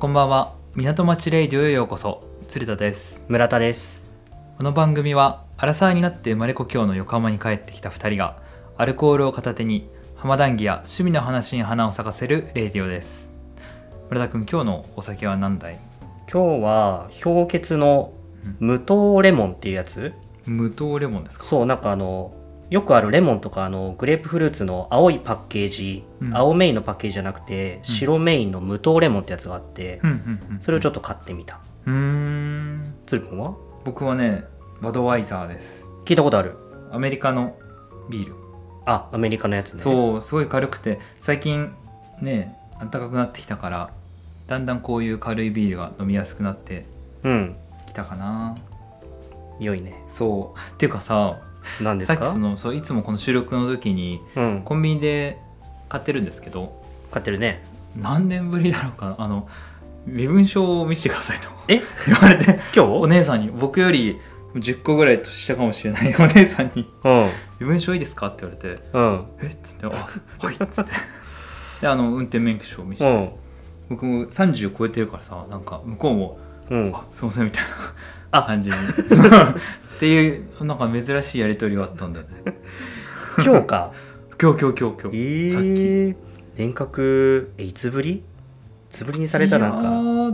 こんばんは。港町レイディオへようこそ。鶴田です。 村田です。 この番組はアラサーになって生まれ故郷の横浜に帰ってきた2人がアルコールを片手に浜談義や趣味の話に花を咲かせるレイディオです。村田くん、今日のお酒は何だい？ 今日は氷結の無糖レモンっていうやつ。 無糖レモンですか？ そう、なんかよくあるレモンとかグレープフルーツの青いパッケージ、青メインのパッケージじゃなくて、白メインの無糖レモンってやつがあって、それをちょっと買ってみた。つるくんは？ 僕はね、バドワイザーです。 聞いたことある。 アメリカのビール。 あ、アメリカのやつね。 そう、すごい軽くて、最近ね、暖かくなってきたからだんだんこういう軽いビールが飲みやすくなってきたかな。 良いね。 そうっていうかさ、 何ですか？ さっきいつもこの収録の時に、コンビニで買ってるんですけど、 買ってるね。 何年ぶりだろうか、身分証を見せてくださいと言われて、 今日お姉さんに、僕より10個ぐらい年下かもしれないお姉さんに、身分証いいですかって言われて、えっつって、はいっつってで運転免許証を見せて、僕も30超えてるからさ、なんか向こうも、すいませんみたいな感じにっていうなんか珍しいやり取りがあったんだよね。 今日か。 今日さっき年格いつぶりにされた。なんか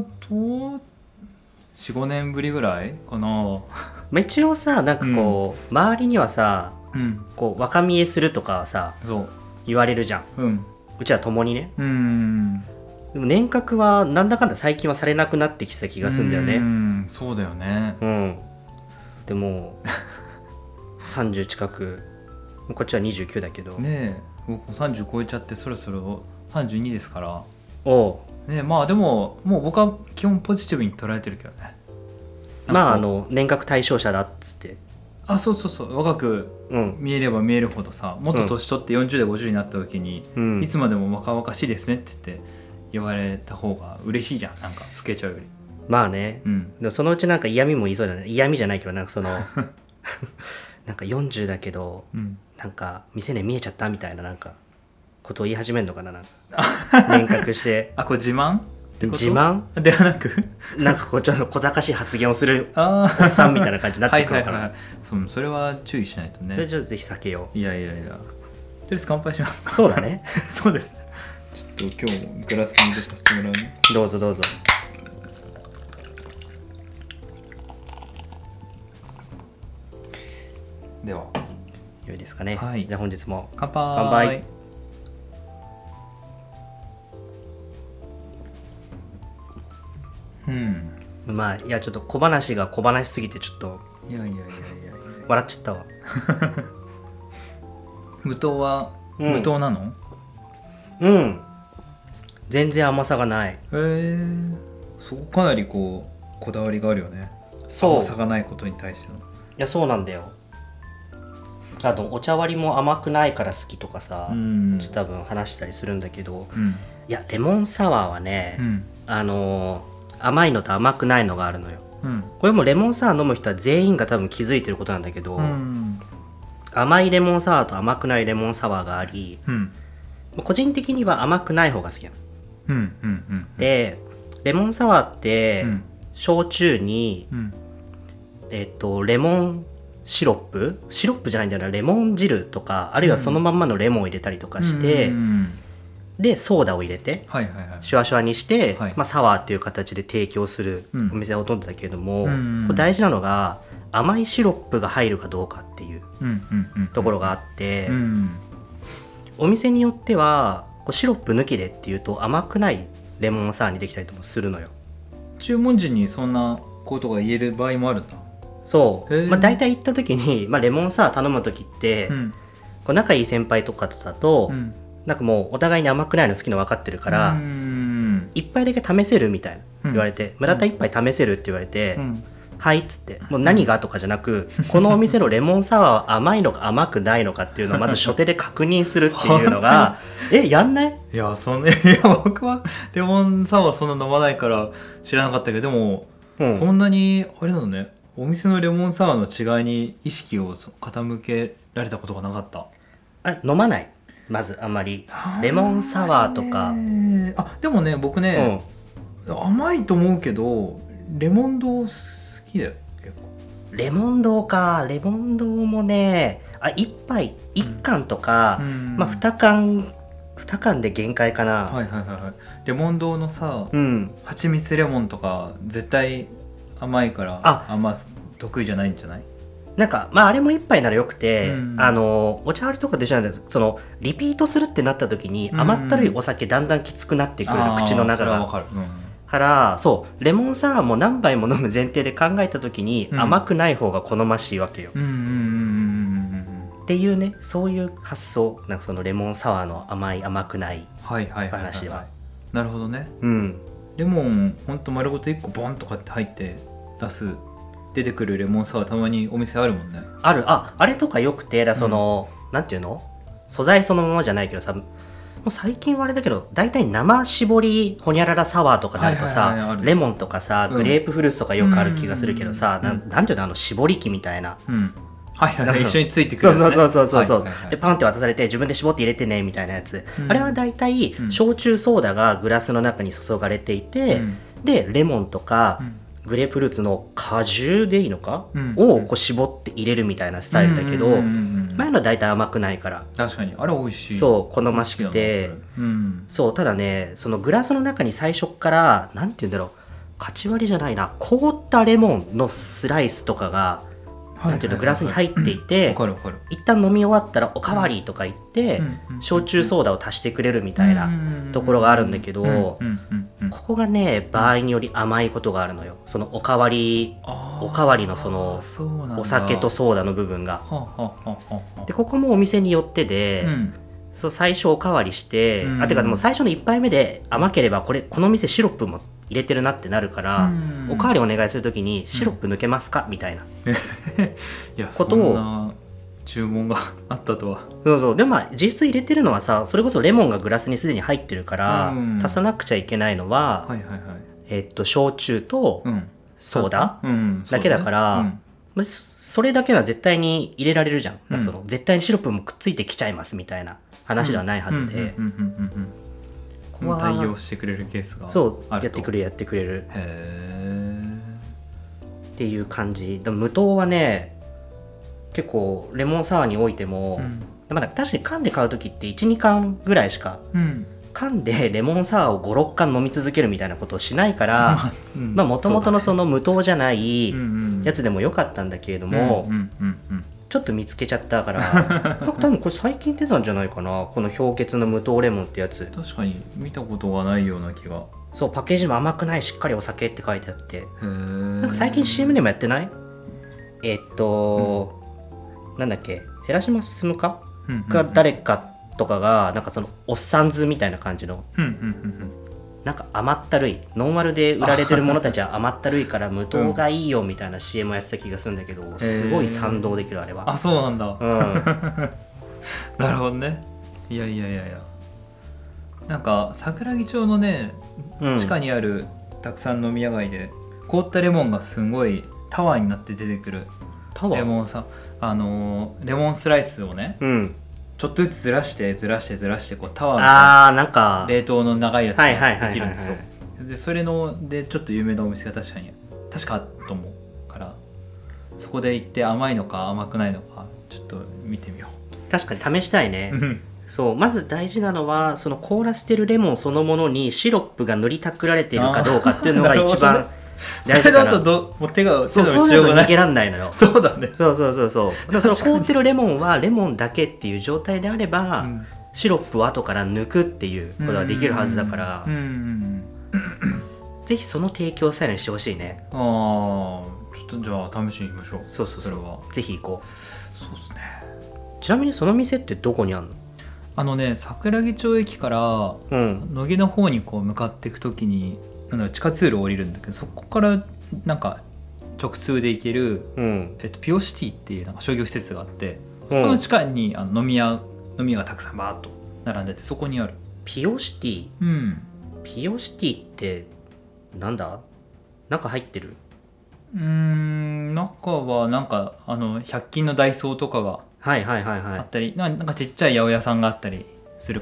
4、5年ぶりぐらいかな。 一応さ、なんかこう、周りにはさ、こう若見えするとかさ、 そう言われるじゃん。うちは共にね。でも年格はなんだかんだ最近はされなくなってきた気がするんだよね。 そうだよね。 でも30近く、こっちは29だけどねえ、僕も30超えちゃって、そろそろ32ですから。ね、まあでももう僕は基本ポジティブに捉えてるけどね。 まあ年額対象者だっつって、 そう若く見えれば見えるほどさ、もっと年取って40代50になった時に、いつまでも若々しいですねって言われた方が嬉しいじゃん、なんか老けちゃうより。 まあね、でもそのうちなんか嫌味も言いそうだね。嫌味じゃないけど、なんかなんか40だけど、なんか店で見えちゃったみたいな、なんかことを言い始めるのかな、なんか年格してこれ自慢ってこと？ 自慢ではなくなんかこうちょっと小賢しい発言をするおっさんみたいな感じになってくるから、 それは注意しないとね。 それちょっとぜひ避けよう。 いやとりあえず乾杯しますか。 そうだね。 そうです。ちょっと今日もグラスに入れさせてもらうね。 どうぞどうぞ。 では良いですかね。じゃあ本日も乾杯。 まあいや、ちょっと小話が小話すぎてちょっと笑っちゃったわ。 無糖は無糖なの？ 全然甘さがない。 そこかなりこだわりがあるよね。甘さがないことに対しての。 いや、そうなんだよ。あとお茶割りも甘くないから好きとかさ、ちょっと多分話したりするんだけど、いやレモンサワーはね、甘いのと甘くないのがあるのよ。これもレモンサワー飲む人は全員が多分気づいてることなんだけど、甘いレモンサワーと甘くないレモンサワーがあり、個人的には甘くない方が好きなの。でレモンサワーって、焼酎に、レモンシロップじゃないんだよな、レモン汁とか、あるいはそのまんまのレモンを入れたりとかして、でソーダを入れて、シュワシュワにして、サワーっていう形で提供するお店はほとんどだけれども、これ大事なのが甘いシロップが入るかどうかっていうところがあって、お店によってはシロップ抜きでっていうと甘くないレモンサワーにできたりともするのよ。 注文時にそんなことが言える場合もあるんだ。 そう、大体行った時に、レモンサワー頼む時って、こう仲いい先輩とかだと、なんかもうお互いに甘くないの好きなの分かってるから、一杯だけ試せるみたいな言われて、村田一杯試せるって言われて、はいっつって、もう何がとかじゃなく、このお店のレモンサワーは甘いのか甘くないのかっていうのをまず初手で確認するっていうのがやんない？ いや僕はレモンサワーそんな飲まないから知らなかったけど、でも、そんなにあれなのね、お店のレモンサワーの違いに意識を傾けられたことがなかった。 飲まない？まずあんまりレモンサワーとか。 でもね、僕ね、 甘いと思うけどレモン堂好きだよ結構。 レモン堂か。レモン堂もね、1杯1缶とか、まあ2缶で限界かな。 はいはいはいはい。レモン堂のさ、蜂蜜レモンとか絶対甘いからあんま得意じゃないんじゃない？ なんかまああれも1杯ならよくて、お茶割りとかでじゃないです。そのリピートするってなった時に甘ったるいお酒だんだんきつくなってくる、口の中が。それはわかる。からそうレモンサワーも何杯も飲む前提で考えた時に、甘くない方が好ましいわけよ。っていうね、そういう発想。なんかそのレモンサワーの甘い甘くない話は。 なるほどね。レモンほんと丸ごと1個ボンとかって入って出てくるレモンサワーたまにお店あるもんね。 あれとかよくて、その、なんていうの、素材そのままじゃないけどさ、もう最近はあれだけど大体生搾りホニャララサワーとかなるとさ、レモンとかさグレープフルーツとかよくある気がするけどさ、なんていうの、搾り機みたいな、 一緒についてくるやつね。 そうでパンって渡されて自分で絞って入れてねみたいなやつ、あれは大体焼酎ソーダがグラスの中に注がれていて、でレモンとか、グレープフルーツの果汁でいいのか、をこう絞って入れるみたいなスタイルだけど、前のは大体甘くないから。 確かにあれ美味しい。 そう好ましくて、そうただね、そのグラスの中に最初からなんていうんだろう、カチ割りじゃないな、凍ったレモンのスライスとかがなんていうの、グラスに入っていて、一旦飲み終わったらおかわりとか言って、焼酎ソーダを足してくれるみたいなところがあるんだけど、ここがね場合により甘いことがあるのよ。そのおかわりのそのお酒とソーダの部分が。でここもお店によってで、そう最初おかわりして、てかでも最初の1杯目で甘ければこの店シロップも入れてるなってなるから、おかわりお願いするときにシロップ抜けますか、みたいなことを、 そんな注文があったとは。 そうでもまあ実質入れてるのはさ、それこそレモンがグラスにすでに入ってるから、足さなくちゃいけないのは、焼酎とソーダだけだから、それだけは絶対に入れられるじゃん。なんかその絶対にシロップもくっついてきちゃいますみたいな話ではないはずで、 対応してくれるケースがあると。 そうやってくれるっていう感じ。でも無糖はね結構レモンサワーにおいても、まだ確かに缶で買う時って 1,2 缶ぐらいしか、缶でレモンサワーを 5,6 缶飲み続けるみたいなことをしないから、もともとのその無糖じゃないやつでもよかったんだけれども、ちょっと見つけちゃったからなんか多分これ最近出たんじゃないかな、この氷結の無糖レモンってやつ。 確かに見たことがないような気が。 そうパッケージも甘くないしっかりお酒って書いてあって、なんか最近 CM でもやってない？なんだっけ、寺島進かが誰かとかがなんかそのおっさんずみたいな感じの、なんか甘ったるいノンアルで売られてるものたちは甘ったるいから無糖がいいよみたいな CM をやってた気がするんだけど、すごい賛同できるあれは。 あ、そうなんだ。なるほどね。いやなんか桜木町のね、地下にあるたくさん飲み屋街で凍ったレモンがすごいタワーになって出てくるレモンさ、レモンスライスをね、ちょっとずつずらしてこうタワーみたいな冷凍の長いやつができるんですよ。でそれのでちょっと有名なお店が確かあったと思うから、そこで行って甘いのか甘くないのかちょっと見てみよう。 確かに試したいね。そうまず大事なのはその凍らせてるレモンそのものにシロップが塗りたくられているかどうかっていうのが一番大事かな。 それだともう手がそういうの逃げらんないのよ。 そうだね。 そうでもその凍ってるレモンはレモンだけっていう状態であれば、シロップを後から抜くっていうことができるはずだから、ぜひその提供スタイルにしてほしいね。 ちょっとじゃあ試しに行きましょう。 そうそれはぜひ行こう。 そうですね。 ちなみにその店ってどこにあるの？ 桜木町駅から野毛の方にこう向かっていくときに地下通路を降りるんだけど、そこからなんか直通で行ける、ピオシティっていうなんか商業施設があって、そこの地下に飲み屋がたくさんバーッと並んでて、そこにある。 ピオシティ、ピオシティってなんだ？中入ってる？ 中はなんか100均のダイソーとかがあったり、なんかちっちゃい八百屋さんがあったりするかな。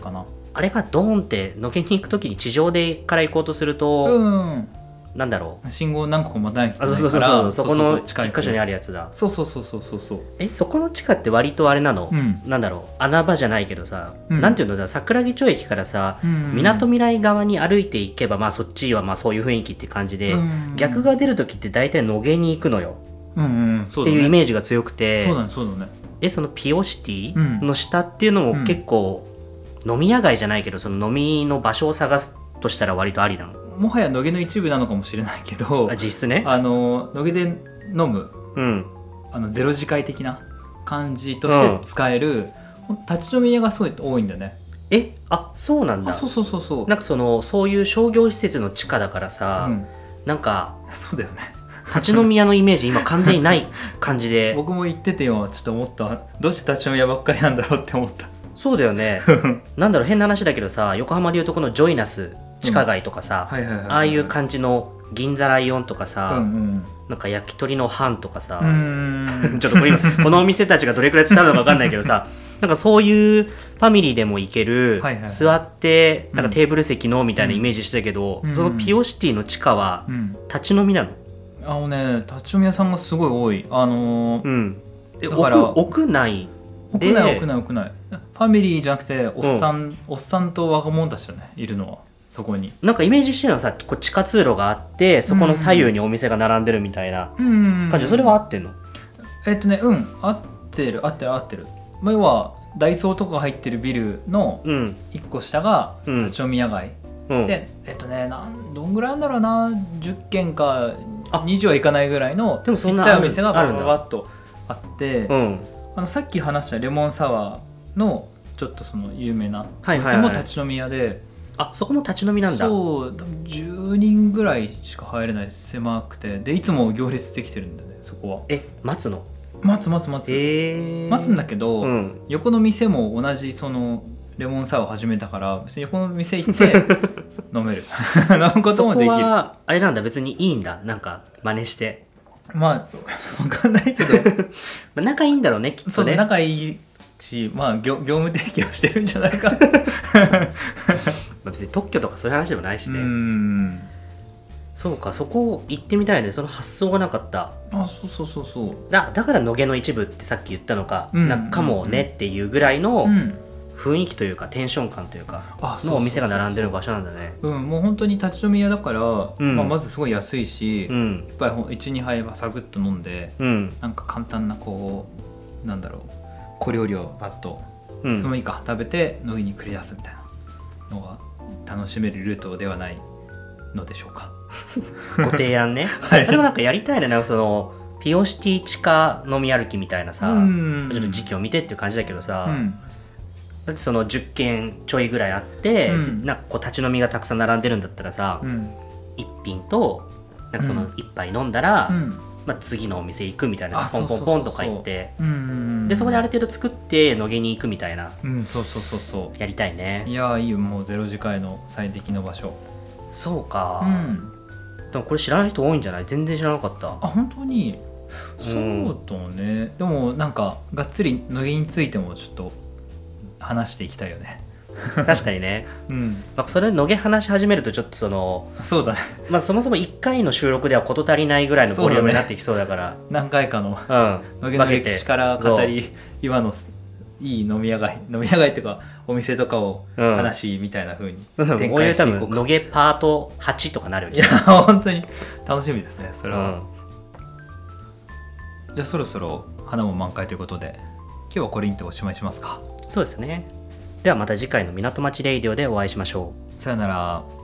あれがドーンって野毛に行く時に地上でから行こうとすると、なんだろう、信号何個か待たなきゃいけないから、 そこの一箇所にあるやつだ。 そうそこの地下って割とあれなの、なんだろう、穴場じゃないけどさ、なんていうのさ、桜木町駅からさみなとみらい側に歩いていけば、まあそっちはまあそういう雰囲気って感じで、逆側出る時って大体野毛に行くのよ、っていうイメージが強くて、 そうだね。 そのピオシティの下っていうのも結構、飲み屋街じゃないけど、その飲みの場所を探すとしたら割とありなの。 もはや野毛の一部なのかもしれないけど、 実質ね、 野毛で飲む、ゼロ次会的な感じとして使える、立ち飲み屋がすごい多いんだよね。 そうなんだ。 そうなんかそういう商業施設の地下だからさ、なんかそうだよね、 立ち飲み屋のイメージ今完全にない感じで僕も言ってて今ちょっと思った。どうして立ち飲み屋ばっかりなんだろうって思った。 そうだよねなんだろう、変な話だけどさ、横浜でいうとこのジョイナス地下街とかさ、ああいう感じの銀座ライオンとかさ、なんか焼き鳥のハンとかさ、ちょっと今このお店たちがどれくらい伝わるのか分かんないけどさなんかそういうファミリーでも行ける、座ってなんかテーブル席のみたいなイメージしてたけど、そのピオシティの地下は立ち飲みなの？ 立ち飲み屋さんがすごい多い。 だから屋内屋内ファミリーじゃなくておっさんと若者たちだね、いるのは。そこになんかイメージしてるのはさ、地下通路があってそこの左右にお店が並んでるみたいな感じ、それは合ってんの？ 合ってる。要はダイソーとか入ってるビルの1個下が立ち飲み屋街、でどんぐらいなんだろうな、10軒か20はいかないぐらいのちっちゃいお店がバッとあって、さっき話したレモンサワーのちょっとその有名なお店も立ち飲み屋で、 そこも立ち飲みなんだ。 そう10人ぐらいしか入れない、狭くて、でいつも行列できてるんだよね、そこは。 待つの？ 待つんだけど、横の店も同じそのレモンサワーを始めたから、別に横の店行って飲める飲むこともできる。そこはあれなんだ、別にいいんだ、なんか真似して。 分かんないけど仲いいんだろうね、きっとね。 そう仲いいし、業務提携をしてるんじゃないか別に特許とかそういう話でもないしね。そうか、そこ行ってみたいね。その発想がなかった。 そうだから野毛の一部ってさっき言ったのか、なんかもねっていうぐらいの雰囲気というかテンション感というかのお店が並んでる場所なんだね。 もう本当に立ち飲み屋だから、まずすごい安いし、いっぱい 1,2 杯はサクッと飲んで、なんか簡単ななんだろう、小料理をバッとそのいいか食べて飲みに繰り出すみたいなのが楽しめるルートではないのでしょうかご提案ねでもなんかやりたいね、なんかそのピオシティ地下飲み歩きみたいなさ、ちょっと時期を見てっていう感じだけどさ、だってその10軒ちょいぐらいあって、なんか立ち飲みがたくさん並んでるんだったらさ、一品となんかその一杯飲んだら、次のお店行くみたいな、ポンポンポンとか行って、でそこである程度作って野毛に行くみたいな、やりたいね。 いやいいよ、もうゼロ次会の最適の場所。 そうか、でもこれ知らない人多いんじゃない？全然知らなかった。 本当に？そうだね。でもなんかがっつり野毛についてもちょっと話していきたいよね確かにね、それ野毛話し始めるとちょっとそうだね、 そもそも1回の収録では事足りないぐらいのボリュームになってきそうだから、 何回かの、野毛の歴史から語り、今のいい飲み屋街っていうかお店とかを話みたいな風に展開していこうか。 多分野毛パート8とかなるよ。 いや本当に楽しみですね、それは。じゃあそろそろ花も満開ということで、今日はこれにておしまいしますか。 そうですね。ではまた次回の港町レイディオでお会いしましょう。さよなら。